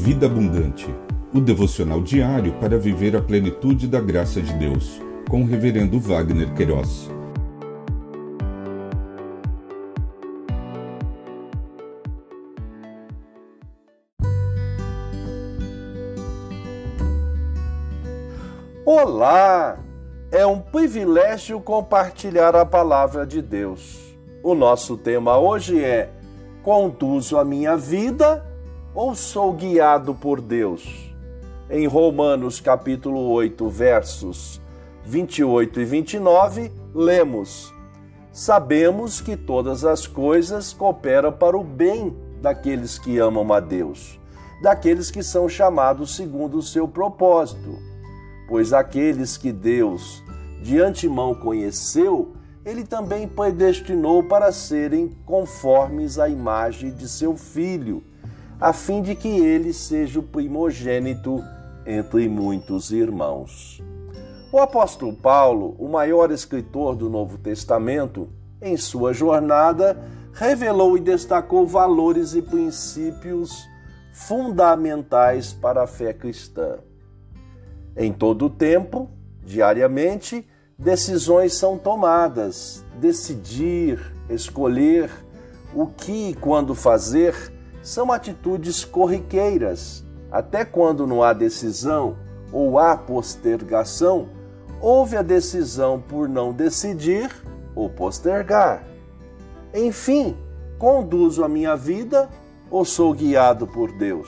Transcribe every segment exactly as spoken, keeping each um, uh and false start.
Vida Abundante, o devocional diário para viver a plenitude da graça de Deus, com o reverendo Wagner Queiroz. Olá! É um privilégio compartilhar a palavra de Deus. O nosso tema hoje é: conduzo a minha vida ou sou guiado por Deus? Em Romanos capítulo oito, versos vinte e oito e vinte e nove, lemos: sabemos que todas as coisas cooperam para o bem daqueles que amam a Deus, daqueles que são chamados segundo o seu propósito. Pois aqueles que Deus de antemão conheceu, Ele também predestinou para serem conformes à imagem de seu Filho, a fim de que ele seja o primogênito entre muitos irmãos. O apóstolo Paulo, o maior escritor do Novo Testamento, em sua jornada, revelou e destacou valores e princípios fundamentais para a fé cristã. Em todo o tempo, diariamente, decisões são tomadas. Decidir, escolher o que e quando fazer são atitudes corriqueiras. Até quando não há decisão ou há postergação, houve a decisão por não decidir ou postergar. Enfim, conduzo a minha vida ou sou guiado por Deus?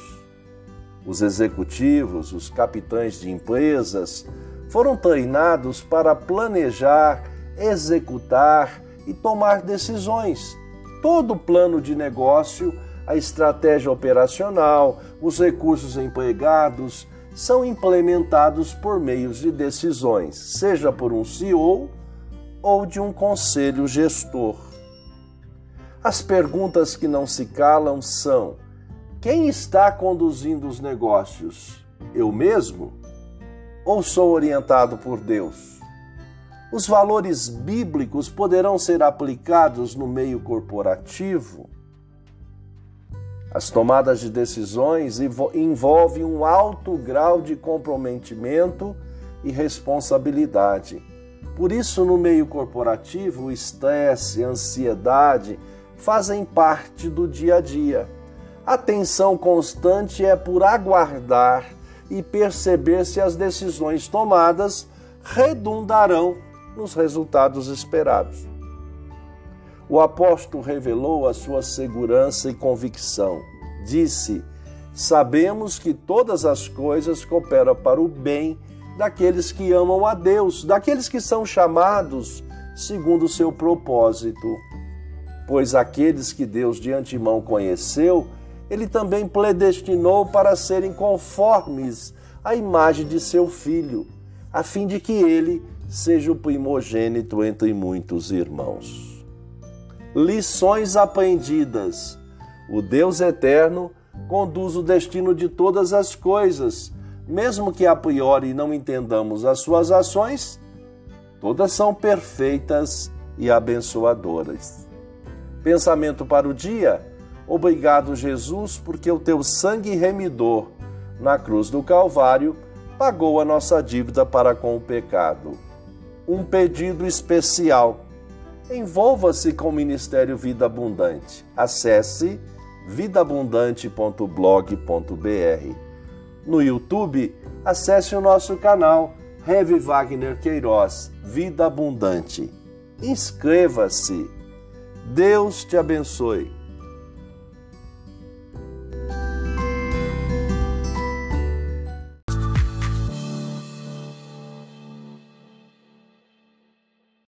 Os executivos, os capitães de empresas foram treinados para planejar, executar e tomar decisões. Todo o plano de negócio, a estratégia operacional, os recursos empregados são implementados por meios de decisões, seja por um C E O ou de um conselho gestor. As perguntas que não se calam são: quem está conduzindo os negócios? Eu mesmo? Ou sou orientado por Deus? Os valores bíblicos poderão ser aplicados no meio corporativo? As tomadas de decisões envolvem um alto grau de comprometimento e responsabilidade. Por isso, no meio corporativo, o estresse e a ansiedade fazem parte do dia a dia. A atenção constante é por aguardar e perceber se as decisões tomadas redundarão nos resultados esperados. O apóstolo revelou a sua segurança e convicção. Disse: sabemos que todas as coisas cooperam para o bem daqueles que amam a Deus, daqueles que são chamados segundo o seu propósito. Pois aqueles que Deus de antemão conheceu, Ele também predestinou para serem conformes à imagem de seu Filho, a fim de que ele seja o primogênito entre muitos irmãos. Lições aprendidas. O Deus eterno conduz o destino de todas as coisas, mesmo que a priori não entendamos as suas ações, todas são perfeitas e abençoadoras. Pensamento para o dia: obrigado, Jesus, porque o teu sangue remidor na cruz do Calvário pagou a nossa dívida para com o pecado. Um pedido especial: envolva-se com o Ministério Vida Abundante. Acesse vida abundante ponto blog ponto br. No YouTube, acesse o nosso canal Rev Wagner Queiroz, Vida Abundante. Inscreva-se. Deus te abençoe.